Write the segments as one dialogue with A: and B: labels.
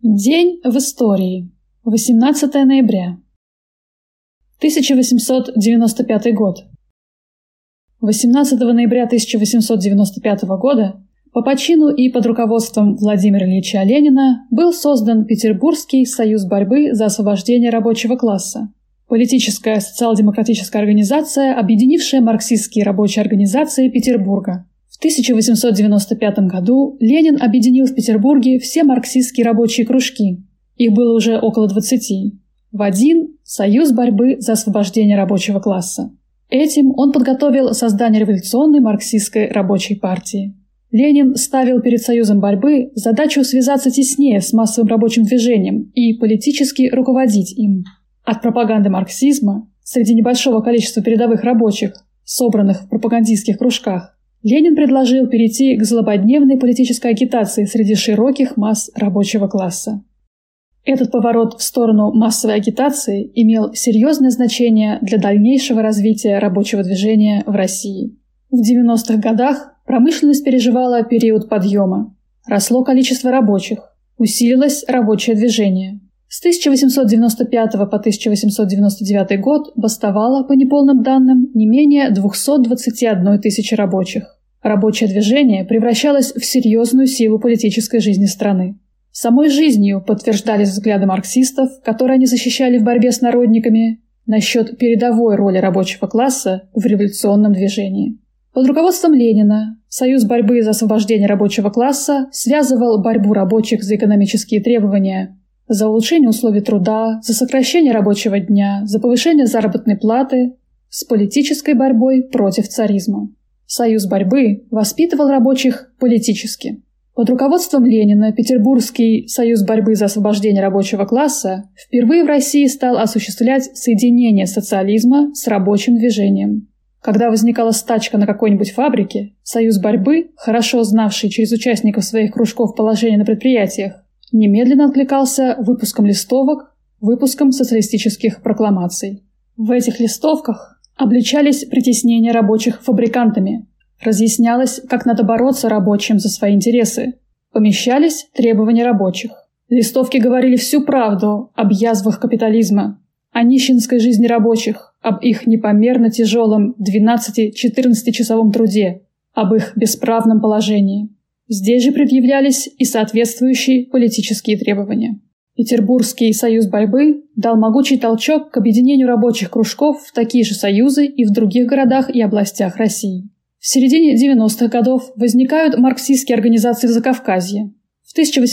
A: День в истории. 18 ноября. 1895 год. 18 ноября 1895 года по почину и под руководством Владимира Ильича Ленина был создан Петербургский союз борьбы за освобождение рабочего класса. Политическая социал-демократическая организация, объединившая марксистские рабочие организации Петербурга. В 1895 году Ленин объединил в Петербурге все марксистские рабочие кружки. Их было уже около 20. В один союз борьбы за освобождение рабочего класса. Этим он подготовил создание революционной марксистской рабочей партии. Ленин ставил перед союзом борьбы задачу связаться теснее с массовым рабочим движением и политически руководить им. От пропаганды марксизма среди небольшого количества передовых рабочих, собранных в пропагандистских кружках, Ленин предложил перейти к злободневной политической агитации среди широких масс рабочего класса. Этот поворот в сторону массовой агитации имел серьезное значение для дальнейшего развития рабочего движения в России. В 90-х годах промышленность переживала период подъема. Росло количество рабочих, усилилось рабочее движение. С 1895 по 1899 год бастовало, по неполным данным, не менее 221 тысячи рабочих. Рабочее движение превращалось в серьезную силу политической жизни страны. Самой жизнью подтверждались взгляды марксистов, которые они защищали в борьбе с народниками, насчет передовой роли рабочего класса в революционном движении. Под руководством Ленина Союз борьбы за освобождение рабочего класса связывал борьбу рабочих за экономические требования, за улучшение условий труда, за сокращение рабочего дня, за повышение заработной платы с политической борьбой против царизма. Союз борьбы воспитывал рабочих политически. Под руководством Ленина Петербургский союз борьбы за освобождение рабочего класса впервые в России стал осуществлять соединение социализма с рабочим движением. Когда возникала стачка на какой-нибудь фабрике, союз борьбы, хорошо знавший через участников своих кружков положение на предприятиях, немедленно откликался выпуском листовок, выпуском социалистических прокламаций. В этих листовках обличались притеснения рабочих фабрикантами, разъяснялось, как надо бороться рабочим за свои интересы, помещались требования рабочих. Листовки говорили всю правду об язвах капитализма, о нищенской жизни рабочих, об их непомерно тяжелом 12-14-часовом труде, об их бесправном положении. Здесь же предъявлялись и соответствующие политические требования. Петербургский союз борьбы дал могучий толчок к объединению рабочих кружков в такие же союзы и в других городах и областях России. В середине 90-х годов возникают марксистские организации в Закавказье. В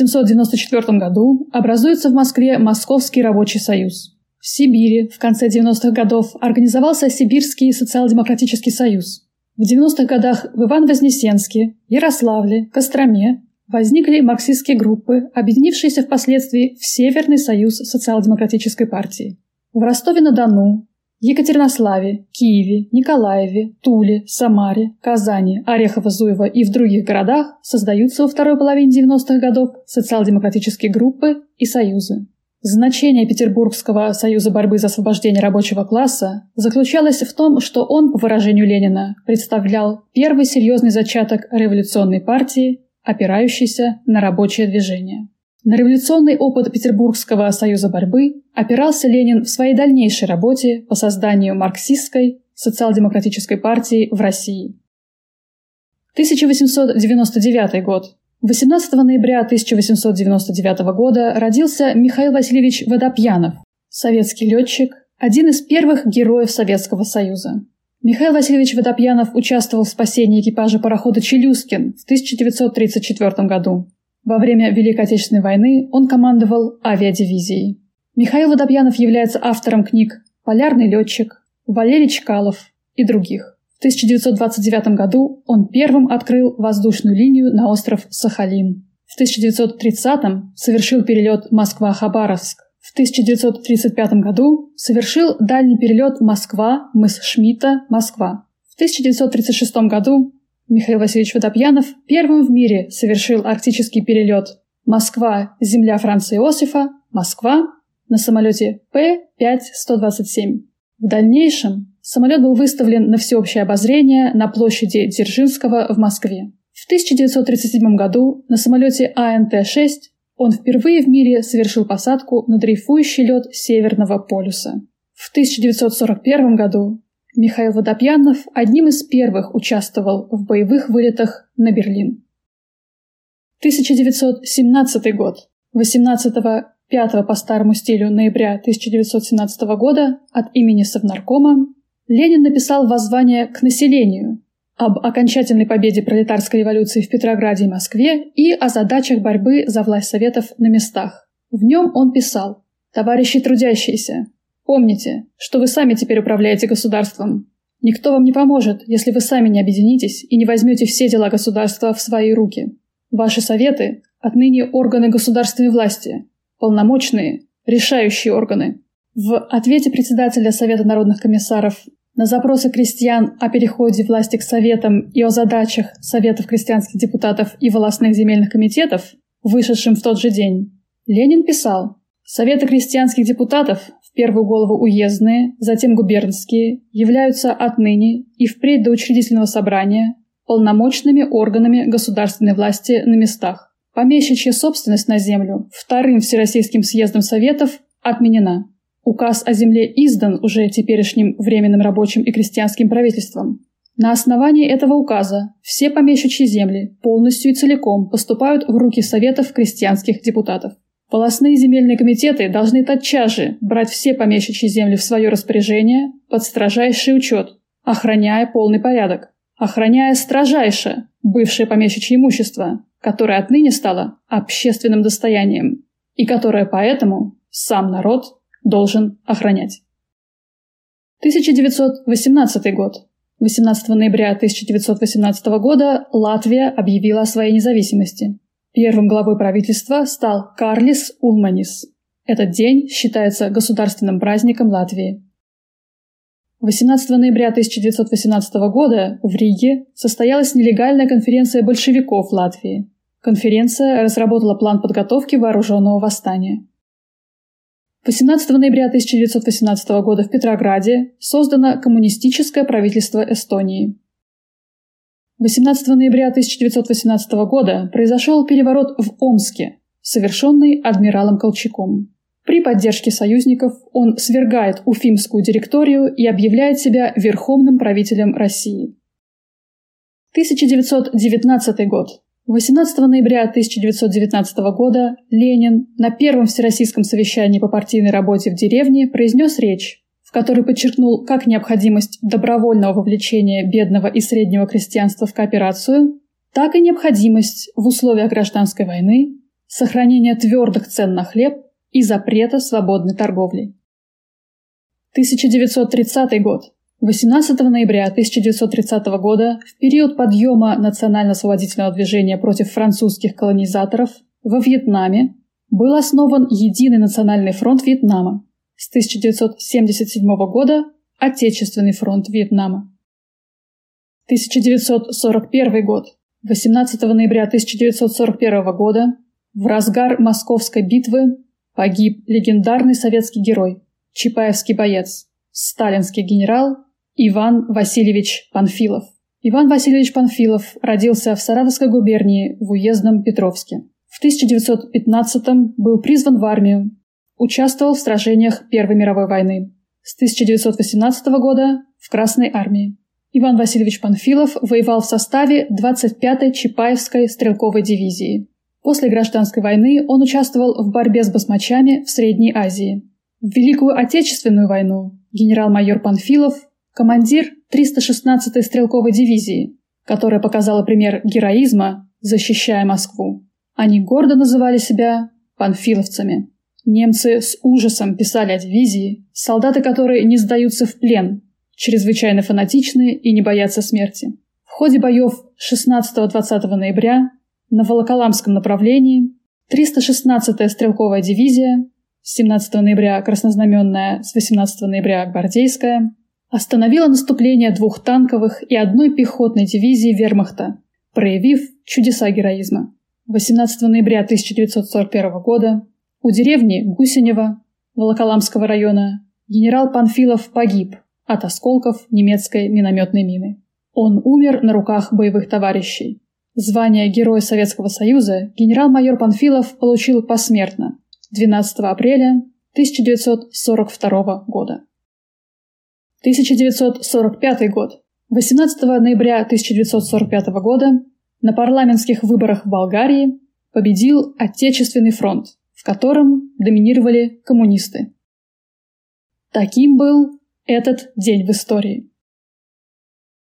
A: 1894 году образуется в Москве Московский рабочий союз. В Сибири в конце 90-х годов организовался Сибирский социал-демократический союз. В 90-х годах в Ивано-Вознесенске, Ярославле, Костроме возникли марксистские группы, объединившиеся впоследствии в Северный союз социал-демократической партии. В Ростове-на-Дону, Екатеринославе, Киеве, Николаеве, Туле, Самаре, Казани, Орехово-Зуево и в других городах создаются во второй половине 90-х годов социал-демократические группы и союзы. Значение Петербургского союза борьбы за освобождение рабочего класса заключалось в том, что он, по выражению Ленина, представлял первый серьезный зачаток революционной партии, опирающийся на рабочее движение. На революционный опыт Петербургского союза борьбы опирался Ленин в своей дальнейшей работе по созданию марксистской социал-демократической партии в России. 1899 год. 18 ноября 1899 года родился Михаил Васильевич Водопьянов, советский летчик, один из первых героев Советского Союза. Михаил Васильевич Водопьянов участвовал в спасении экипажа парохода «Челюскин» в 1934 году. Во время Великой Отечественной войны он командовал авиадивизией. Михаил Водопьянов является автором книг «Полярный летчик», «Валерий Чкалов» и других. В 1929 году он первым открыл воздушную линию на остров Сахалин. В 1930-м совершил перелет Москва-Хабаровск. В 1935 году совершил дальний перелет Москва-мыс Шмидта, Москва. В 1936 году Михаил Васильевич Водопьянов первым в мире совершил арктический перелет Москва, земля Франца Иосифа, Москва на самолете П-5-127. В дальнейшем самолет был выставлен на всеобщее обозрение на площади Дзержинского в Москве. В 1937 году на самолете АНТ-6 он впервые в мире совершил посадку на дрейфующий лед Северного полюса. В 1941 году Михаил Водопьянов одним из первых участвовал в боевых вылетах на Берлин. 1917 год. 18-5 по старому стилю ноября 1917 года от имени Совнаркома Ленин написал воззвание к населению об окончательной победе пролетарской революции в Петрограде и Москве и о задачах борьбы за власть Советов на местах. В нем он писал: «Товарищи трудящиеся, помните, что вы сами теперь управляете государством. Никто вам не поможет, если вы сами не объединитесь и не возьмете все дела государства в свои руки. Ваши советы отныне органы государственной власти, полномочные, решающие органы». В ответе председателя Совета народных комиссаров на запросы крестьян о переходе власти к советам и о задачах Советов крестьянских депутатов и волостных земельных комитетов, вышедшим в тот же день, Ленин писал: «Советы крестьянских депутатов, в первую голову уездные, затем губернские, являются отныне и впредь до учредительного собрания полномочными органами государственной власти на местах. Помещичья собственность на землю вторым Всероссийским съездом Советов отменена. Указ о земле издан уже теперешним Временным рабочим и крестьянским правительством. На основании этого указа все помещичьи земли полностью и целиком поступают в руки Советов крестьянских депутатов. Волостные земельные комитеты должны тотчас же брать все помещичьи земли в свое распоряжение под строжайший учет, охраняя полный порядок, охраняя строжайше бывшее помещичье имущество, которое отныне стало общественным достоянием и которое поэтому сам народ должен охранять». 1918 год. 18 ноября 1918 года Латвия объявила о своей независимости. Первым главой правительства стал Карлис Улманис. Этот день считается государственным праздником Латвии. 18 ноября 1918 года в Риге состоялась нелегальная конференция большевиков Латвии. Конференция разработала план подготовки вооруженного восстания. 18 ноября 1918 года в Петрограде создано коммунистическое правительство Эстонии. 18 ноября 1918 года произошел переворот в Омске, совершенный адмиралом Колчаком. При поддержке союзников он свергает Уфимскую директорию и объявляет себя верховным правителем России. 1919 год. 18 ноября 1919 года Ленин на Первом Всероссийском совещании по партийной работе в деревне произнес речь, в которой подчеркнул как необходимость добровольного вовлечения бедного и среднего крестьянства в кооперацию, так и необходимость в условиях гражданской войны сохранения твердых цен на хлеб и запрета свободной торговли. 1930 год. 18 ноября 1930 года, в период подъема национально-освободительного движения против французских колонизаторов во Вьетнаме, был основан Единый национальный фронт Вьетнама, с 1977 года Отечественный фронт Вьетнама. 1941 год. 18 ноября 1941 года, в разгар Московской битвы, погиб легендарный советский герой, чапаевский боец, сталинский генерал Иван Васильевич Панфилов. Иван Васильевич Панфилов родился в Саратовской губернии в уездном Петровске. В 1915-м был призван в армию, участвовал в сражениях Первой мировой войны. С 1918 года в Красной армии. Иван Васильевич Панфилов воевал в составе 25-й Чапаевской стрелковой дивизии. После гражданской войны он участвовал в борьбе с басмачами в Средней Азии. В Великую Отечественную войну генерал-майор Панфилов – командир 316-й стрелковой дивизии, которая показала пример героизма, защищая Москву. Они гордо называли себя панфиловцами. Немцы с ужасом писали о дивизии, солдаты которой не сдаются в плен, чрезвычайно фанатичны и не боятся смерти. В ходе боев 16-20 ноября на Волоколамском направлении 316-я стрелковая дивизия, с 17 ноября краснознаменная, с 18 ноября гвардейская, остановила наступление 2 танковых и 1 пехотной дивизии вермахта, проявив чудеса героизма. 18 ноября 1941 года у деревни Гусенево Волоколамского района генерал Панфилов погиб от осколков немецкой минометной мины. Он умер на руках боевых товарищей. Звание Героя Советского Союза генерал-майор Панфилов получил посмертно 12 апреля 1942 года. 1945 год. 18 ноября 1945 года на парламентских выборах в Болгарии победил Отечественный фронт, в котором доминировали коммунисты. Таким был этот день в истории.